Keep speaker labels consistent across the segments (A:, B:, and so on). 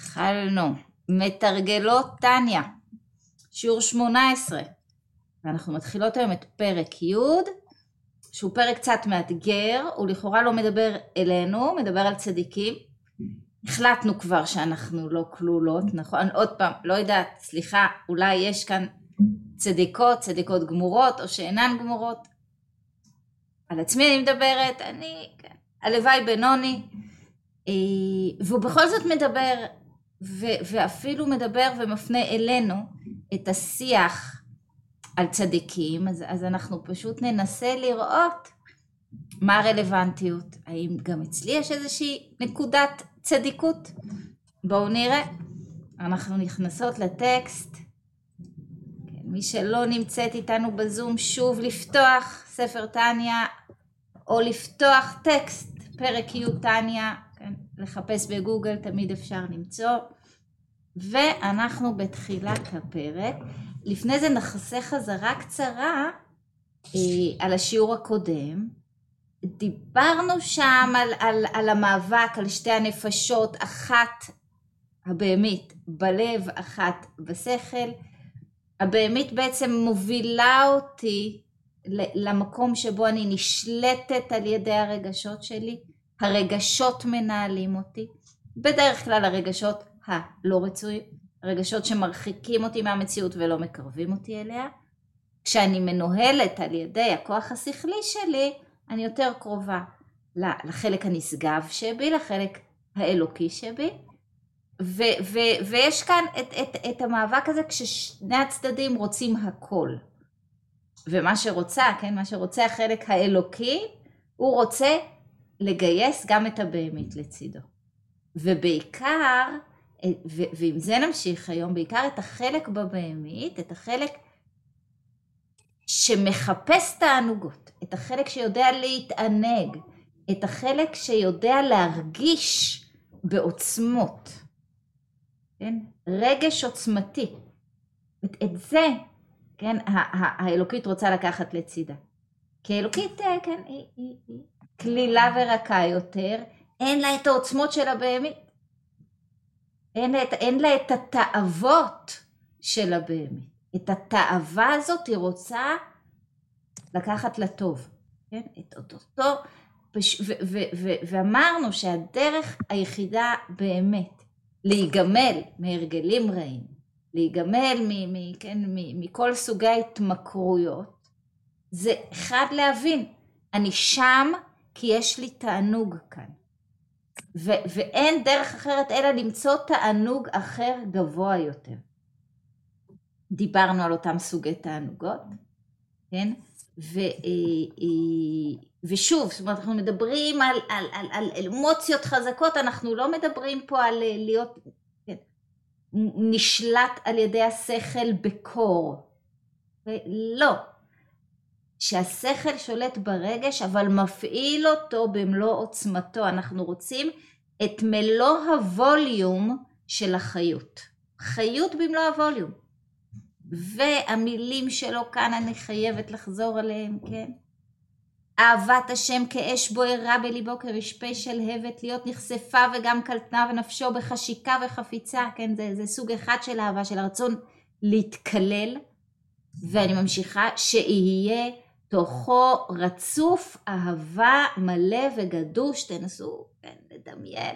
A: התחלנו. מתרגלות טניה, שיעור 18. ואנחנו מתחילות היום את פרק י', שהוא פרק קצת מאתגר, הוא לכאורה לא מדבר אלינו, מדבר על צדיקים. החלטנו כבר שאנחנו לא כלולות, נכון? עוד פעם, לא יודעת, סליחה, אולי יש כאן צדיקות גמורות או שאינן גמורות. על עצמי אני מדברת, כן, הלוואי בינוני, והוא בכל זאת מדבר, ואפילו מדבר ומפנה אלינו את השיח על צדיקים, אז אנחנו פשוט ננסה לראות מה הרלוונטיות, האם גם אצלי יש איזושהי נקודת צדיקות. בואו נראה, אנחנו נכנסות לטקסט. מי שלא נמצאת איתנו בזום, שוב לפתוח ספר טניה, או לפתוח טקסט, פרק י' טניה, כן, לחפש בגוגל, תמיד אפשר למצוא. ואנחנו בתחילת הפרק. לפני זה נחסה חזרה קצרה על השיעור הקודם. דיברנו שם על המאבק, על שתי הנפשות, אחת הבהמית בלב, אחת בשכל. הבהמית בעצם מובילה אותי למקום שבו אני נשלטת על ידי הרגשות שלי. הרגשות מנהלים אותי. בדרך כלל הרגשות הלא רצויים, הרגשות שמרחיקים אותי מהמציאות ולא מקרבים אותי אליה. כשאני מנוהלת על ידי הכוח השכלי שלי, אני יותר קרובה לחלק הנשגב שבי, לחלק האלוקי שבי. ויש כאן את המאבק הזה כששני הצדדים רוצים הכל. ומה שרוצה, כן, מה שרוצה החלק האלוקי, הוא רוצה לגייס גם את הבהמית לצידו. ובעיקר, ועם זה נמשיך היום, בעיקר את החלק בבהמית, את החלק שמחפש תענוגות, את החלק שיודע להתענג, את החלק שיודע להרגיש בעוצמות. כן? רגש עוצמתי. את זה, כן, האלוקית רוצה לקחת לצידה. כי האלוקית, כן, היא כלילה ורכה יותר, אין לה את העוצמות של הבהמית. אין לה את התאוות של הבהמית. את התאווה הזאת היא רוצה לקחת לטוב. כן? את אותו, ואמרנו שהדרך היחידה באמת להיגמל מהרגלים רעים, להיגמל מכל סוגי ההתמכרויות, זה אחד להבין, אני שם כי יש לי תענוג כאן. ואין דרך אחרת אלא למצוא תענוג אחר גבוה יותר. דיברנו על אותם סוגי תענוגות, כן? ושוב, זאת אומרת, אנחנו מדברים על אמוציות חזקות, אנחנו לא מדברים פה על להיות, כן, נשלט על ידי השכל בקור. לא. שהשכל שולט ברגש, אבל מפעיל אותו במלוא עוצמתו. אנחנו רוצים את מלוא הווליום של החיות. חיות במלוא הווליום. והמילים שלו כאן אני חייבת לחזור עליהם, כן? אהבת השם כאש בוערה בליבו כרשפה של הבט, להיות נחשפה וגם קלטנה ונפשו בחשיקה וחפיצה, כן? זה סוג אחד של אהבה, של הרצון להתקלל. ואני ממשיכה שיהיה תוכו רצוף אהבה מלא וגדוש. תנסו, כן, לדמיין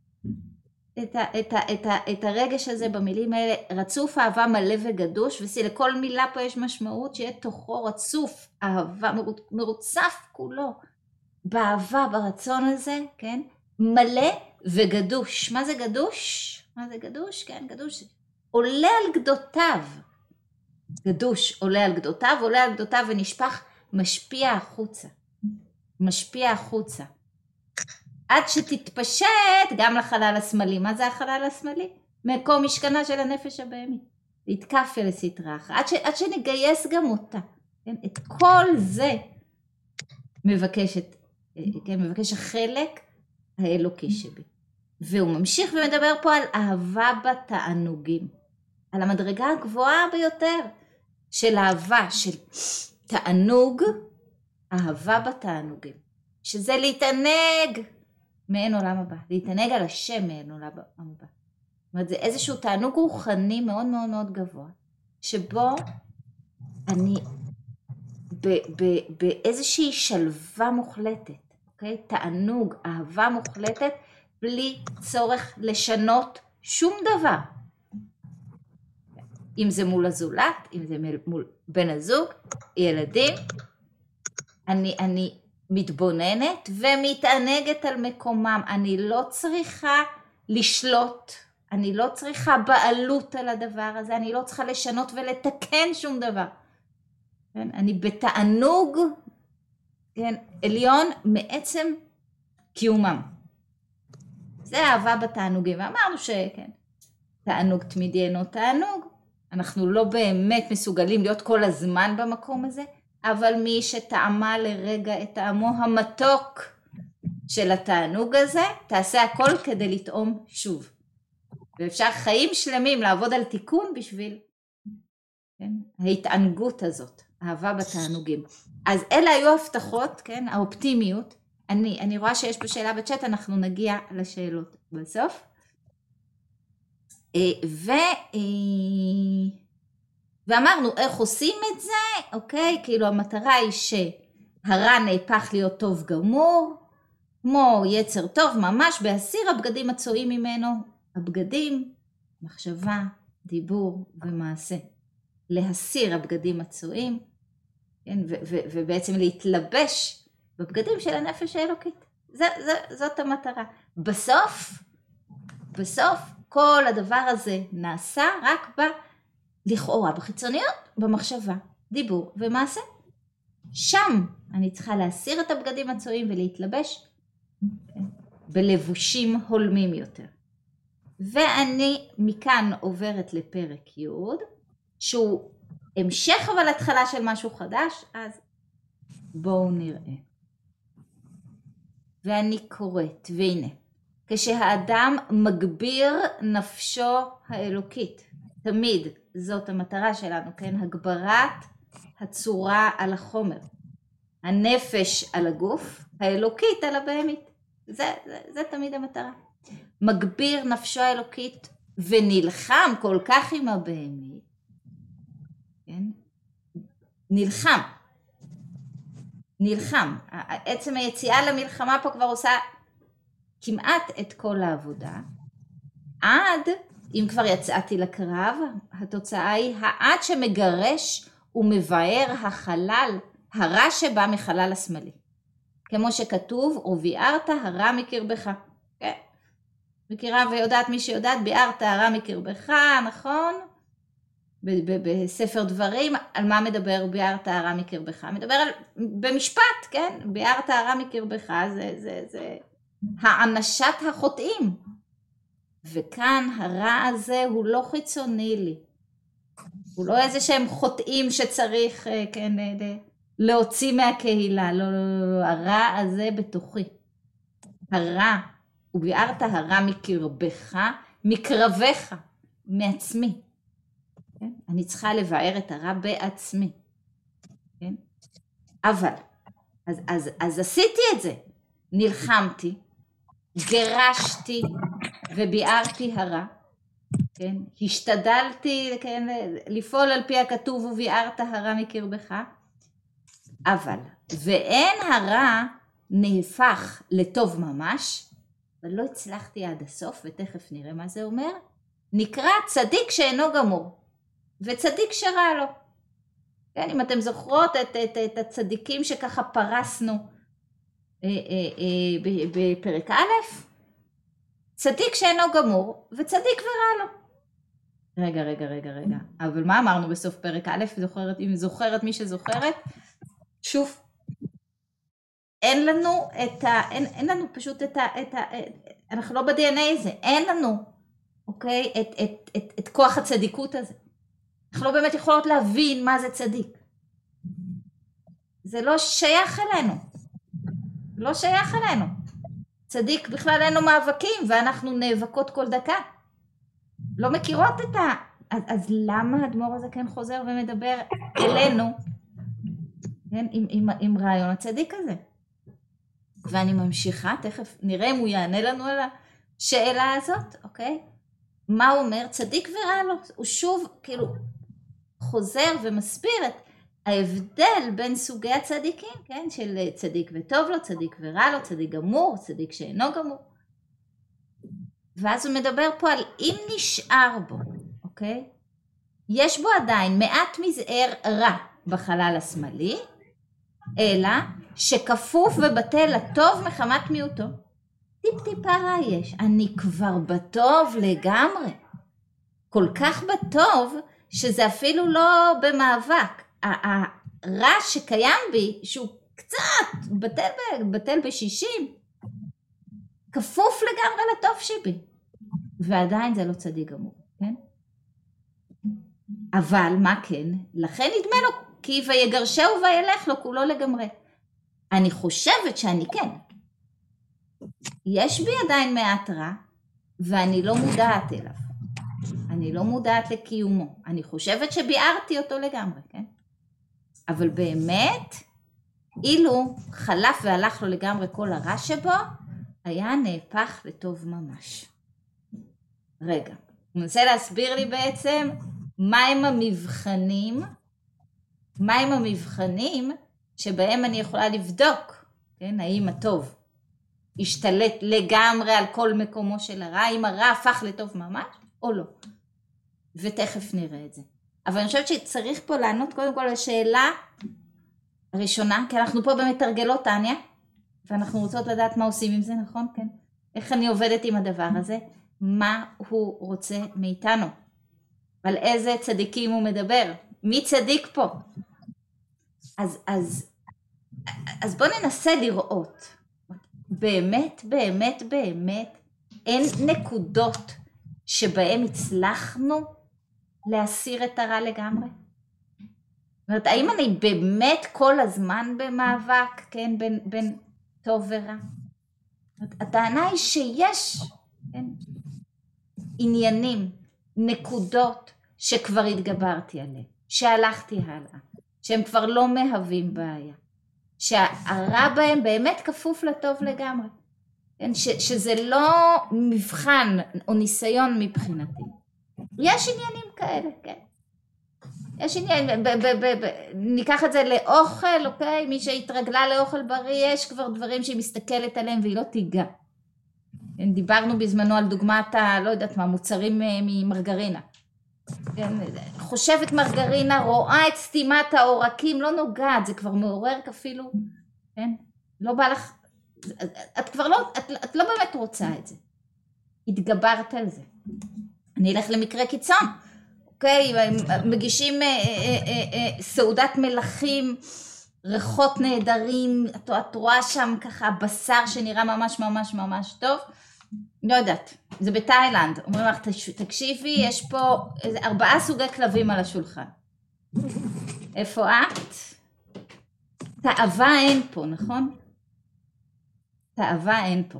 A: את הרגש הזה במילים האלה, רצוף אהבה מלא וגדוש, לכל מילה פה יש משמעות, שיהיה תוכו רצוף אהבה, מרוצף כולו באהבה, ברצון הזה, כן, מלא וגדוש. מה זה גדוש? מה זה גדוש? כן, גדוש עולה על גדותיו. גדוש עולה על גדותיו, עולה על גדותיו ונשפך, משפיע החוצה. משפיע החוצה. עד שתתפשט גם לחלל השמאלי. מה זה החלל השמאלי? מקום משכנה של הנפש הבהמית. להתקפיה לסטרח. עד שנגייס גם אותה. כן? את כל זה מבקש החלק האלוקי שבי. והוא ממשיך ומדבר פה על אהבה בתענוגים. על המדרגה הגבוהה ביותר של אהבה, של תענוג, אהבה בתענוגים. שזה להתענג מעין עולם הבא, להתענג על השם מעין עולם הבא. אומרת, זה איזשהו תענוג רוחני מאוד מאוד מאוד גבוה, שבו אני באיזושהי שלווה מוחלטת, אוקיי? תענוג, אהבה מוחלטת, בלי צורך לשנות שום דבר. אם זה מול הזולת, אם זה מול בן הזוג, ילדים, אני מתבוננת ומתענגת על מקומם. אני לא צריכה לשלוט, אני לא צריכה בעלות על הדבר הזה, אני לא צריכה לשנות ולתקן שום דבר. כן? אני בתענוג, כן? עליון מעצם קיומם. זה אהבה בתענוגים. ואמרנו שכן, תענוג תמידי אינו תענוג. אנחנו לא באמת מסוגלים להיות כל הזמן במקום הזה, אבל מי שטעמה לרגע את טעמו המתוק של התענוג הזה, תעשה הכל כדי לטעום שוב. ואפשר חיים שלמים לעבוד על תיקון בשביל, כן? ההתענגות הזאת, אהבה בתענוגים. אז אלה היו הבטחות, כן? האופטימיות. אני רואה שיש פה שאלה בצ'אט, אנחנו נגיע לשאלות בסוף. ואמרנו איך עושים את זה, אוקיי? כאילו המטרה היא שהרע נהפך להיות טוב גמור, כמו יצר טוב ממש, בהסיר הבגדים הצועים ממנו, הבגדים, מחשבה, דיבור ומעשה. להסיר הבגדים הצועים, כן? ובעצם להתלבש בבגדים של הנפש האלוקית. זאת המטרה. בסוף כל הדבר הזה נעשה רק לכאורה בחיצוניות, במחשבה, דיבור ומעשה. שם אני צריכה להסיר את הבגדים הצועים ולהתלבש בלבושים הולמים יותר. ואני מכאן עוברת לפרק י' שהוא המשך אבל התחלה של משהו חדש, אז בואו נראה. ואני קוראת, והנה, כשהאדם מגביר נפשו האלוקית, תמיד זאת המטרה שלנו, כן? הגברת הצורה על החומר, הנפש על הגוף, האלוקית על הבהמית, זה תמיד המטרה. מגביר נפשו האלוקית ונלחם כל כך עם הבהמית, כן? נלחם. עצם היציאה למלחמה פה כבר עושה כמעט את כל העבודה. עד, אם כבר יצאתי לקרב, התוצאה היא העד שמגרש ומבאר החלל, הרע שבא מחלל השמאלי. כמו שכתוב, וביארת הרע מקרבך. כן? מכירה ויודעת מי שיודעת, ביארת הרע מקרבך, נכון? בספר דברים, על מה מדבר ביארת הרע מקרבך? מדבר על, במשפט, כן? ביארת הרע מקרבך, זה הענשת החוטאים. וכאן הרע הזה הוא לא חיצוני לי. הוא לא איזה שהם חוטאים שצריך, כן, להוציא מהקהילה. לא. הרע הזה בתוכי. הרע, וביארת הרע מקרבך, מקרבך, מעצמי. כן? אני צריכה לבאר את הרע בעצמי. כן? אבל, אז עשיתי את זה. נלחמתי, גירשתי וביארתי הרע. כן? השתדלתי, כן, לפעול על פי הכתוב וביארת הרע מקרבך. אבל, ואין הרע נהפך לטוב ממש, אבל לא הצלחתי עד הסוף, ותכף נראה מה זה אומר. נקרא צדיק שאינו גמור. וצדיק שרע לו. כן, אם אתם זוכרות את הצדיקים שככה פרסנו בפרק א', צדיק שאינו גמור וצדיק ורע לו. רגע. אבל מה אמרנו בסוף פרק א'? זוכרת, אם זוכרת מי שזוכרת, שוב, אין לנו פשוט אנחנו לא ב-DNA הזה, אין לנו, אוקיי, את כוח הצדיקות הזה. אנחנו לא באמת יכולות להבין מה זה צדיק. זה לא שייך אלינו. לא שייך אלינו. צדיק בכלל אין לו מאבקים, ואנחנו נאבקות כל דקה. לא מכירות אז למה האדמו"ר הזה כן חוזר ומדבר אלינו, כן, עם רעיון הצדיק הזה? ואני ממשיכה, תכף נראה אם הוא יענה לנו על השאלה הזאת, אוקיי? מה הוא אומר? צדיק ורע לו. הוא שוב כאילו חוזר ומסביר את ההבדל בין סוגי הצדיקים, כן? של צדיק וטוב לו, צדיק ורע לו, צדיק גמור, צדיק שאינו גמור. ואז הוא מדבר פה על אם נשאר בו, אוקיי? יש בו עדיין מעט מזער רע בחלל השמאלי, אלא שכפוף ובטל לטוב מחמת מיעוטו. טיפ-טיפה רע יש, אני כבר בטוב לגמרי. כל כך בטוב שזה אפילו לא במאבק. הרע שקיים בי, שהוא קצת בטל ב-60, כפוף לגמרי לטוב שבי. ועדיין זה לא צדיק גמור, כן? אבל מה כן? לכן נדמה לו כי ויגרשהו וילך לו כולו לגמרי. אני חושבת שאני כן. יש בי עדיין מעט רע, ואני לא מודעת אליו. אני לא מודעת לקיומו. אני חושבת שביארתי אותו לגמרי, כן? אבל באמת, אילו חלף והלך לו לגמרי כל הרע שבו, היה נהפך לטוב ממש. רגע, הוא מנסה להסביר לי בעצם מהם המבחנים שבהם אני יכולה לבדוק, כן? האם הטוב השתלט לגמרי על כל מקומו של הרע, האם הרע הפך לטוב ממש או לא. ותכף נראה את זה. אבל אני חושבת שצריך פה לענות קודם כל לשאלה הראשונה, כי אנחנו פה במתרגלות טניה, ואנחנו רוצות לדעת מה עושים עם זה, נכון? כן. איך אני עובדת עם הדבר הזה? מה הוא רוצה מאיתנו? על איזה צדיקים הוא מדבר? מי צדיק פה? אז בוא ננסה לראות. באמת, באמת, באמת, אין נקודות שבהם הצלחנו להסיר את הרע לגמרי? זאת אומרת, האם אני באמת כל הזמן במאבק, כן, בין טוב ורע? הטענה היא שיש, כן, עניינים, נקודות שכבר התגברתי עליהם, שהלכתי הלאה, שהם כבר לא מהווים בעיה, שהרע בהם באמת כפוף לטוב לגמרי, כן, שזה לא מבחן או ניסיון מבחינתי. יש עניינים כאלה, כן. יש עניין, ניקח את זה לאוכל, אוקיי? מי שהתרגלה לאוכל בריא, יש כבר דברים שהיא מסתכלת עליהם והיא לא תיגע. דיברנו בזמנו על דוגמת, לא יודעת מה, מוצרים ממרגרינה. חושבת מרגרינה, רואה את סתימת העורקים, לא נוגעת, זה כבר מעורר אפילו, כן? לא בא לך, את כבר לא, את לא באמת רוצה את זה. התגברת על זה. אני אלך למקרה קיצון. אוקיי, מגישים סעודת מלכים, ריחות נהדרים, את רואה שם ככה בשר שנראה ממש ממש ממש טוב, לא יודעת, זה בתאילנד, אומרים לך תקשיבי, יש פה 4 סוגי כלבים על השולחן. איפה את? תאווה אין פה, נכון? תאווה אין פה.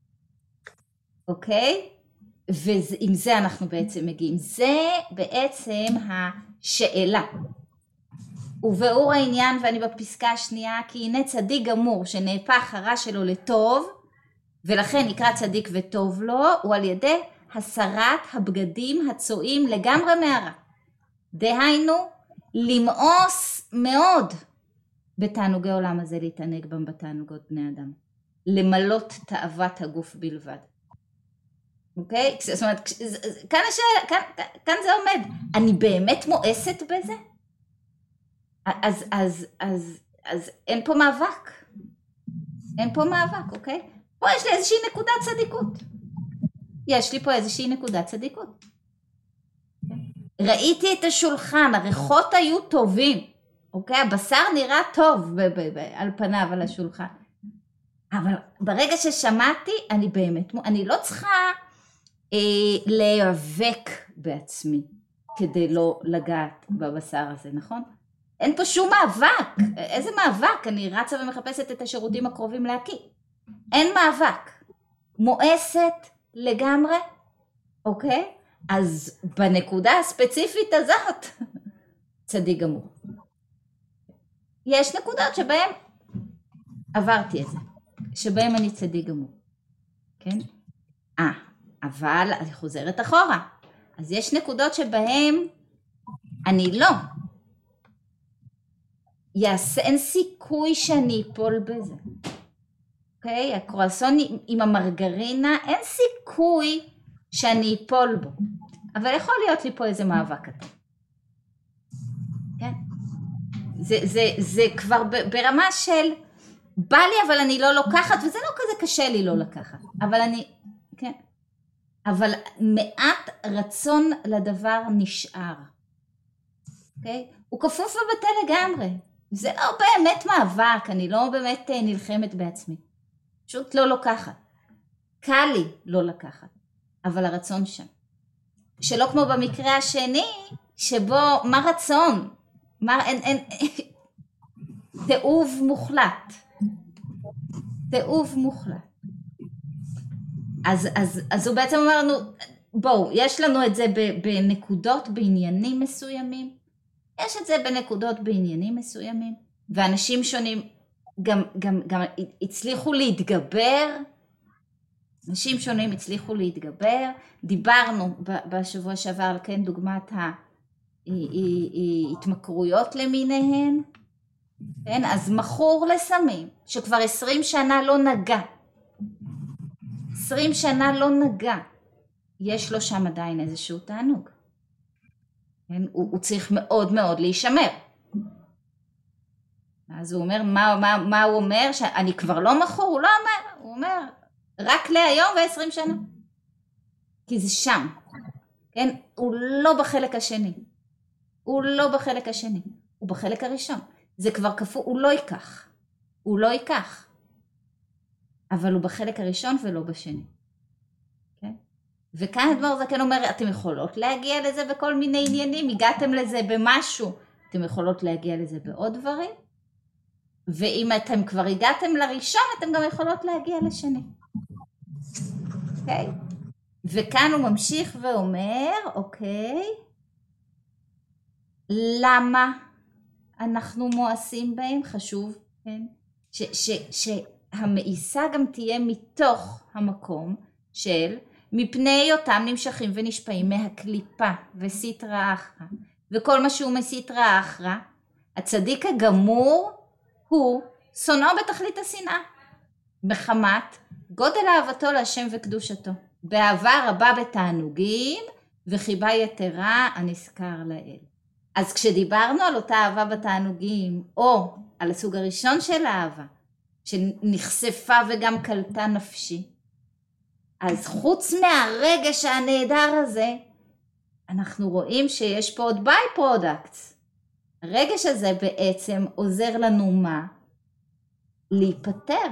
A: אוקיי? ועם זה אנחנו בעצם מגיעים. זה בעצם השאלה. וביאור העניין, ואני בפסקה השנייה, כי הנה צדיק גמור שנהפך הרע שלו לטוב, ולכן נקרא צדיק וטוב לו, הוא על ידי הסרת הבגדים הצועים לגמרי מהרע. דהיינו, למאוס מאוד בתענוגי עולם הזה, להתענג בם בתענוגות בני אדם. למלות תאוות הגוף בלבד. אוקיי? זאת אומרת, כאן זה עומד. אני באמת מואסת בזה? אז אין פה מאבק. אין פה מאבק, אוקיי? פה יש לי איזושהי נקודת צדיקות. יש לי פה איזושהי נקודת צדיקות. ראיתי את השולחן, הריחות היו טובים. אוקיי? הבשר נראה טוב על פניו על השולחן. אבל ברגע ששמעתי, אני באמת, אני לא צריכה להיאבק בעצמי כדי לא לגעת בבשר הזה, נכון? אין פה שום מאבק. איזה מאבק? אני רצה ומחפשת את השירותים הקרובים להקיא. אין מאבק. מואסת לגמרי, אוקיי? אז בנקודה הספציפית הזאת, צדיק גמור. יש נקודות שבהם עברתי את זה, שבהם אני צדיק גמור. כן? אבל אני חוזרת אחורה. אז יש נקודות שבהם אני לא. אין סיכוי שאני אפול בזה. אוקיי? הקרואסון עם המרגרינה, אין סיכוי שאני אפול בו. אבל יכול להיות לי פה איזה מאבק קטן. כן? זה כבר ברמה של בא לי אבל אני לא לוקחת, וזה לא כזה קשה לי לא לקחת. אבל כן. אבל מעט רצון לדבר נשאר. אוקיי? הוא כפוף ובטל לגמרי. זה לא באמת מאבק, אני לא באמת נלחמת בעצמי. פשוט לא לוקחת. קל לי לא לקחת. אבל הרצון שם. שלא כמו במקרה השני, שבו מה רצון? אין תיעוב מוחלט. תיעוב מוחלט. אז הוא בעצם אומר לנו, בואו, יש לנו את זה בנקודות בעניינים מסוימים, יש את זה בנקודות בעניינים מסוימים, ואנשים שונים גם הצליחו להתגבר, אנשים שונים הצליחו להתגבר, דיברנו בשבוע שעבר על כן דוגמת ההתמכרויות למיניהן, כן? אז מכור לסמים שכבר 20 שנה לא נגע, 20 שנה לא נגע, יש לו שם עדיין איזשהו תענוג. כן? הוא צריך מאוד מאוד להישמר. אז הוא אומר, מה הוא אומר? שאני כבר לא מכור, הוא לא אומר, הוא אומר, רק להיום ו20 שנה. כי זה שם. כן? הוא לא בחלק השני. הוא לא בחלק השני. הוא בחלק הראשון. זה כבר כפו, הוא לא ייקח. הוא לא ייקח. אבל הוא בחלק הראשון ולא בשני. כן? וכאן הדבר זה כן אומר, אתם יכולות להגיע לזה בכל מיני עניינים, הגעתם לזה במשהו, אתם יכולות להגיע לזה בעוד דברים, ואם אתם כבר הגעתם לראשון, אתם גם יכולות להגיע לשני. אוקיי? וכאן הוא ממשיך ואומר, אוקיי, למה אנחנו מואסים בהם? חשוב, כן? שהמאיסה גם תהיה מתוך המקום של מפני אותם נמשכים ונשפעים מהקליפה וסיטרא אחרא, וכל מה שהוא מסיטרא אחרא, הצדיק הגמור הוא שונאו בתכלית השנאה, מחמת גודל אהבתו להשם וקדושתו, באהבה רבה בתענוגים וחיבה יתרה הנזכר לאל. אז כשדיברנו על אותה אהבה בתענוגים, או על הסוג הראשון של האהבה, שנחשפה וגם קלטה נפשי, אז חוץ מהרגש הנהדר הזה, אנחנו רואים שיש פה עוד ביי פרודקטס. הרגש הזה בעצם עוזר לנו מה? להיפטר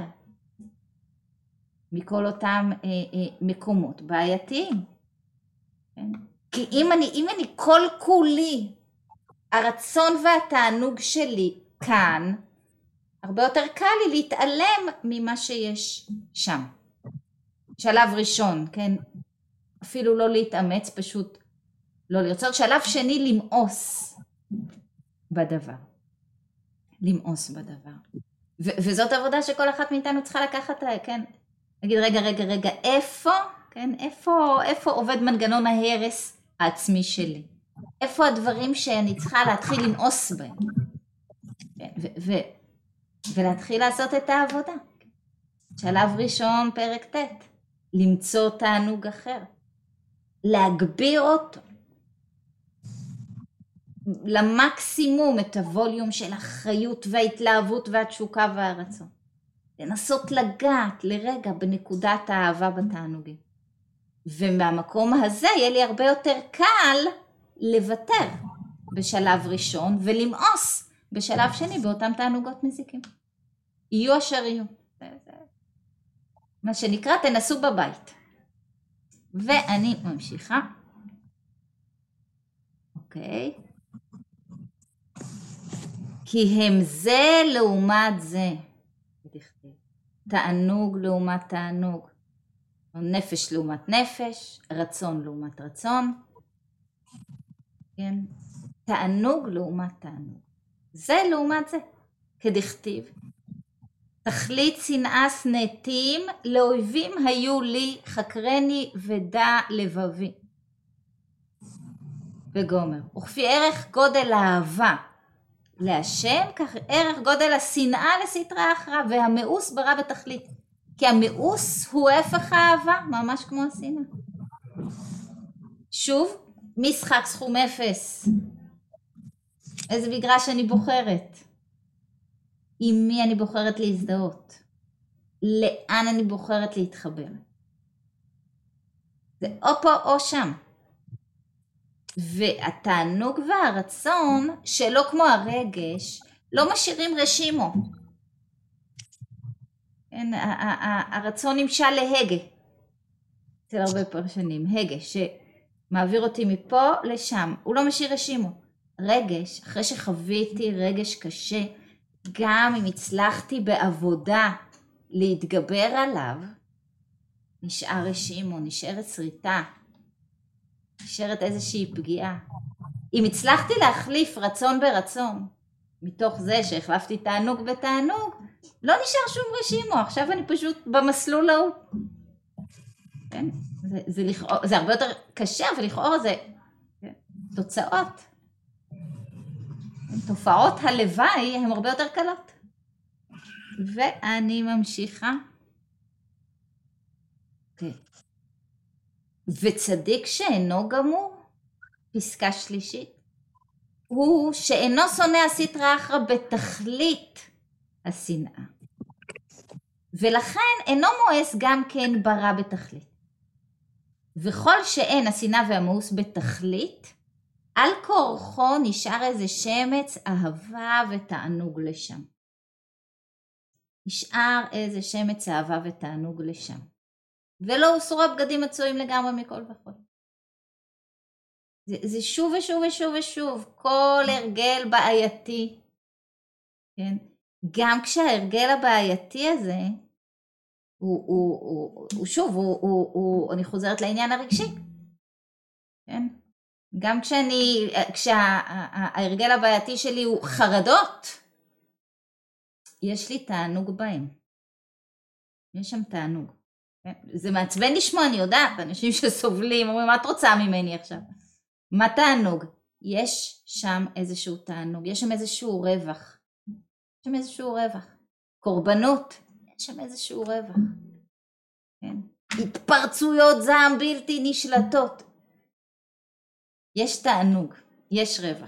A: מכל אותם מקומות בעייתיים. כן? כי אם אני כל כולי, הרצון והתענוג שלי כאן, הרבה יותר קל לי להתעלם ממה שיש שם. שלב ראשון, כן? אפילו לא להתאמץ, פשוט לא לרצות. שלב שני, למאוס בדבר. למאוס בדבר. וזאת עבודה שכל אחת מאיתנו צריכה לקחת, כן? נגיד, רגע, איפה, כן? איפה עובד מנגנון ההרס העצמי שלי? איפה הדברים שאני צריכה להתחיל למאוס בהם? ולהתחיל לעשות את העבודה. שלב ראשון, פרק ט', למצוא תענוג אחר. להגביר אותו. למקסימום את הווליום של החיות וההתלהבות והתשוקה והרצון. לנסות לגעת לרגע בנקודת האהבה בתענוגים. ומהמקום הזה יהיה לי הרבה יותר קל לוותר בשלב ראשון ולמאוס בשלב שני באותם תענוגות מזיקים. יהיו אשר יהיו. מה שנקרא תנסו בבית. ואני ממשיכה. אוקיי. כי הם זה לעומת זה. תענוג לעומת תענוג. נפש לעומת נפש. רצון לעומת רצון. כן. תענוג לעומת תענוג. זה לעומת זה. כדכתיב. תכלית שנאה שנאתים לאויבים היו לי חקרני ודע לבבי. וגומר. וכפי ערך גודל האהבה להשם, כך ערך גודל השנאה לסטרא אחרא, והמאוס ברא בתכלית. כי המאוס הוא הפך האהבה, ממש כמו השנאה. שוב, משחק סכום אפס. איזה מגרש אני בוחרת? עם מי אני בוחרת להזדהות? לאן אני בוחרת להתחבר? זה או פה או שם. והתענוג והרצון, שלא כמו הרגש, לא משאירים רשימו. כן, הרצון נמשל להגה. אצל הרבה פרשנים, הגה, שמעביר אותי מפה לשם. הוא לא משאיר רשימו. רגש, אחרי שחוויתי רגש קשה, גם אם הצלחתי בעבודה להתגבר עליו, נשאר רשימו, נשארת שריטה, נשארת איזושהי פגיעה. אם הצלחתי להחליף רצון ברצון, מתוך זה שהחלפתי תענוג בתענוג, לא נשאר שום רשימו, עכשיו אני פשוט במסלול ההוא. כן? זה הרבה יותר קשה, ולכאורה זה תוצאות. תופעות הלוואי הן הרבה יותר קלות. ואני ממשיכה. וצדיק שאינו גמור, פסקה שלישית, הוא שאינו שונא הסטרא אחרא בתכלית השנאה. ולכן אינו מואס גם כן ברא בתכלית. וכל שאין השנאה והמאוס בתכלית, על כורחו נשאר איזה שמץ אהבה ותענוג לשם. נשאר איזה שמץ אהבה ותענוג לשם. ולא הוסרו הבגדים מצויים לגמרי מכל וכל. זה שוב ושוב ושוב ושוב. כל הרגל בעייתי. כן? גם כשההרגל הבעייתי הזה, הוא שוב, אני חוזרת לעניין הרגשי. כן? גם כשההרגל הבעייתי שלי הוא חרדות, יש לי תענוג בהם. יש שם תענוג. זה מעצבן לשמוע, אני יודעת, אנשים שסובלים, אומרים, מה את רוצה ממני עכשיו? מה תענוג? יש שם איזשהו תענוג, יש שם איזשהו רווח. יש שם איזשהו רווח. קורבנות, יש שם איזשהו רווח. כן? התפרצויות זעם בלתי נשלטות. יש תענוג, יש רווח.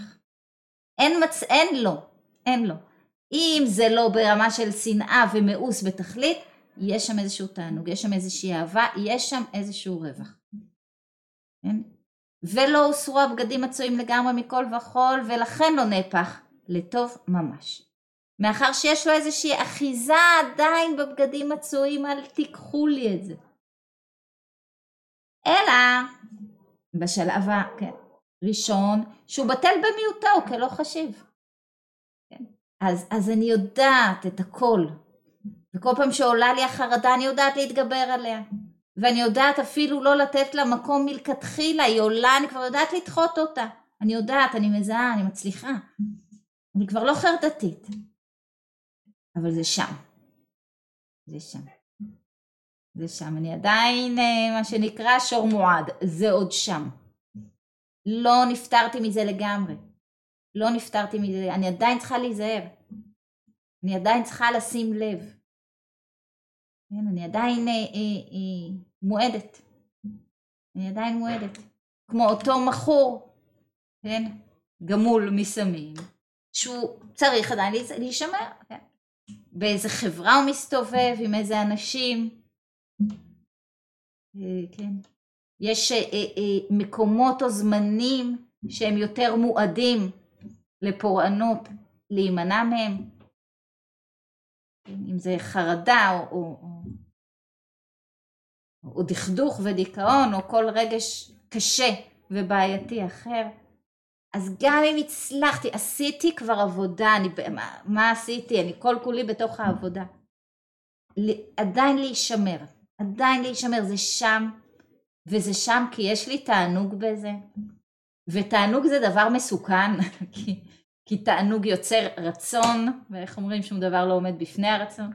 A: אין לו. אם זה לא ברמה של שנאה ומאוס בתכלית, יש שם איזשהו תענוג, יש שם איזושהי אהבה, יש שם איזשהו רווח. כן? ולא הוסרו הבגדים מצויים לגמרי מכל וכל, ולכן לא נהפך לטוב ממש. מאחר שיש לו איזושהי אחיזה עדיין בבגדים מצויים, אל תיקחו לי את זה. אלא בשלב הראשון, שהוא בטל במיעוטו כלא חשיב. כן? אז אני יודעת את הכל. וכל פעם שעולה לי החרדה אני יודעת להתגבר עליה. ואני יודעת אפילו לא לתת לה מקום מלכתחילה, היא עולה, אני כבר יודעת לדחות אותה. אני יודעת, אני מזהה, אני מצליחה. אני כבר לא חרדתית. אבל זה שם. זה שם. אני עדיין, מה שנקרא, שור מועד. זה עוד שם. לא נפטרתי מזה לגמרי. אני עדיין צריכה להיזהר. אני עדיין צריכה לשים לב. אני עדיין מועדת. כמו אותו מחור, כן? גמול מסמים, שהוא צריך עדיין להישמר. כן? באיזה חברה הוא מסתובב, עם איזה אנשים. כן? יש מקומות או זמנים שהם יותר מועדים לפורענות, להימנע מהם. אם זה חרדה או דכדוך ודיכאון או כל רגש קשה ובעייתי אחר, אז גם אם הצלחתי, עשיתי כבר עבודה, מה עשיתי? אני כל כולי בתוך העבודה. עדיין להישמר, זה שם, וזה שם כי יש לי תענוג בזה, ותענוג זה דבר מסוכן, כי תענוג יוצר רצון, ואיך אומרים שום דבר לא עומד בפני הרצון.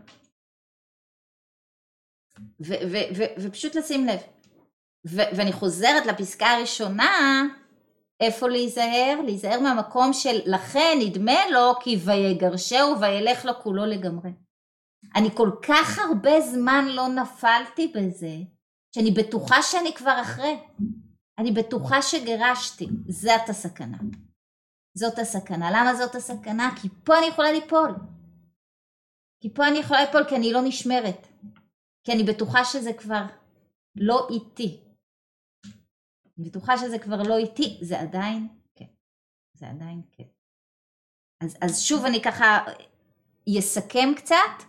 A: ופשוט לשים לב. ואני חוזרת לפסקה הראשונה, איפה להיזהר? להיזהר מהמקום של לכן נדמה לו כי ויגרשהו וילך לו כולו לגמרי. אני כל כך הרבה זמן לא נפלתי בזה, שאני בטוחה שאני כבר אחרי. אני בטוחה שגירשתי. זאת הסכנה. זאת הסכנה. למה זאת הסכנה? כי פה אני יכולה ליפול. כי פה אני יכולה ליפול כי אני לא נשמרת. כי אני בטוחה שזה כבר לא איתי. אני בטוחה שזה כבר לא איתי. זה עדיין כן. זה עדיין כן. אז שוב אני ככה יסכם קצת.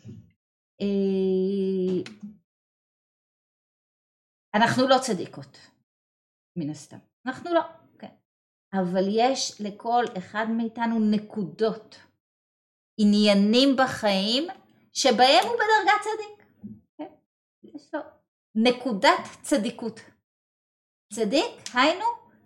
A: אנחנו לא צדיקות. מן הסתם. אנחנו לא. כן. אבל יש לכל אחד מאיתנו נקודות. עניינים בחיים שבהם הוא בדרגת צדיק. כן? יש לו נקודת צדיקות. צדיק, היינו,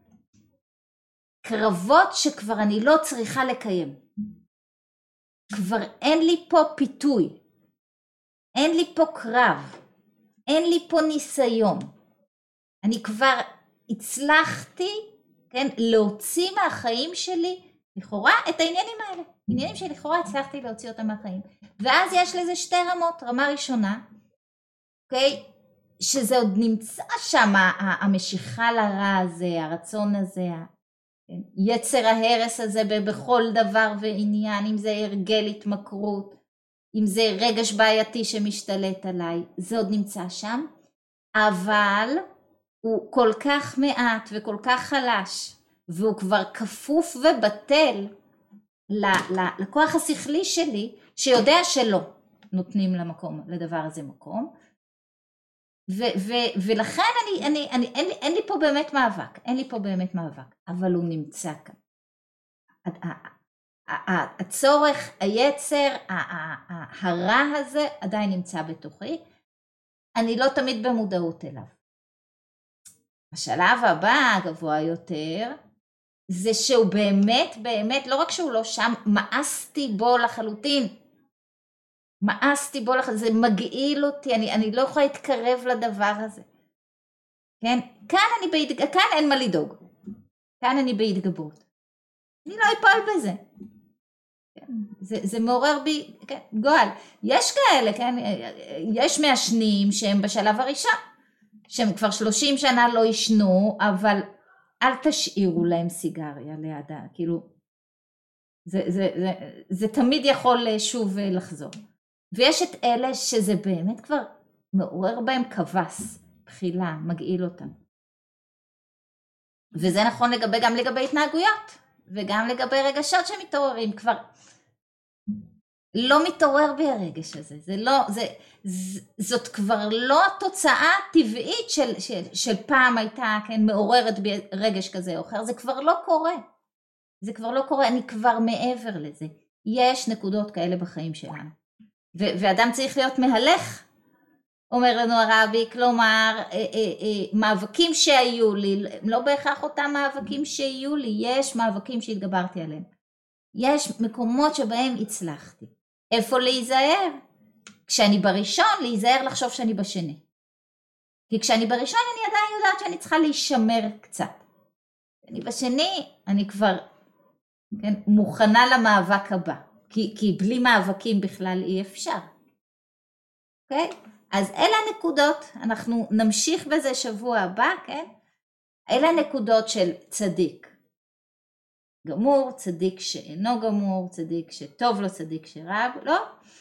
A: קרבות שכבר אני לא צריכה לקיים. כבר אין לי פה פיתוי. אין לי פה קרב. אין לי פה ניסיון. אני כבר הצלחתי, כן, להוציא מהחיים שלי לכאורה את העניינים האלה. עניינים שלכאורה הצלחתי להוציא אותם מהחיים. ואז יש לזה שתי רמות. רמה ראשונה, אוקיי? שזה עוד נמצא שם, המשיכה לרע הזה, הרצון הזה, יצר ההרס הזה בכל דבר ועניין, אם זה הרגל התמכרות, אם זה רגש בעייתי שמשתלט עליי, זה עוד נמצא שם, אבל הוא כל כך מעט וכל כך חלש, והוא כבר כפוף ובטל לכוח השכלי שלי, שיודע שלא נותנים לדבר הזה מקום, ולכן אין לי פה באמת מאבק, אין לי פה באמת מאבק, אבל הוא נמצא כאן. הצורך, היצר, הרע הזה עדיין נמצא בתוכי, אני לא תמיד במודעות אליו. השלב הבא, הגבוה יותר, זה שהוא באמת, לא רק שהוא לא שם, מאסתי בו לחלוטין. זה מגעיל אותי, אני לא יכולה להתקרב לדבר הזה. כן? כאן אין מה לדאוג. כאן אני בהתגברות. אני לא אפול בזה. כן? זה מעורר בי, כן? גועל. יש כאלה, כן? יש מעשנים שהם בשלב הראשון, שהם כבר 30 שנה לא ישנו, אבל אל תשאירו להם סיגריה לידה, כאילו, זה תמיד יכול שוב לחזור. ויש את אלה שזה באמת כבר מעורר בהם כבס, בחילה, מגעיל אותם. וזה נכון גם לגבי התנהגויות, וגם לגבי רגשות שמתעוררים, כבר לא מתעורר בי הרגש הזה, זאת כבר לא התוצאה הטבעית של פעם הייתה, כן, מעוררת בי רגש כזה או אחר, זה כבר לא קורה, אני כבר מעבר לזה. יש נקודות כאלה בחיים שלנו. ואדם צריך להיות מהלך, אומר לנו הרבי, כלומר, מאבקים שהיו לי, לא בהכרח אותם מאבקים שהיו לי, יש מאבקים שהתגברתי עליהם. יש מקומות שבהם הצלחתי. איפה להיזהר? כשאני בראשון, להיזהר לחשוב שאני בשני. כי כשאני בראשון, אני עדיין יודעת שאני צריכה להישמר קצת. אני בשני, אני כבר, כן, מוכנה למאבק הבא. כי בלי מאבקים בכלל אי אפשר. אוקיי? אז אלה הנקודות, אנחנו נמשיך בזה שבוע הבא, כן? אלה הנקודות של צדיק גמור, צדיק שאינו גמור, צדיק שטוב לו, צדיק שרע לו.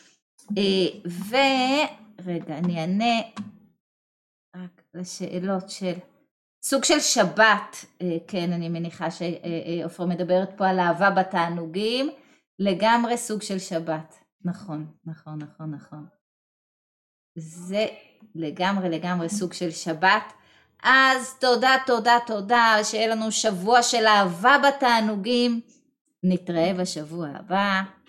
A: ורגע, אני אענה רק לשאלות של סוג של שבת, כן, אני מניחה שאופר מדברת פה על אהבה בתענוגים, לגמרי סוג של שבת. נכון. זה לגמרי סוג של שבת. אז תודה, שיהיה לנו שבוע של אהבה בתענוגים. נתראה בשבוע הבא.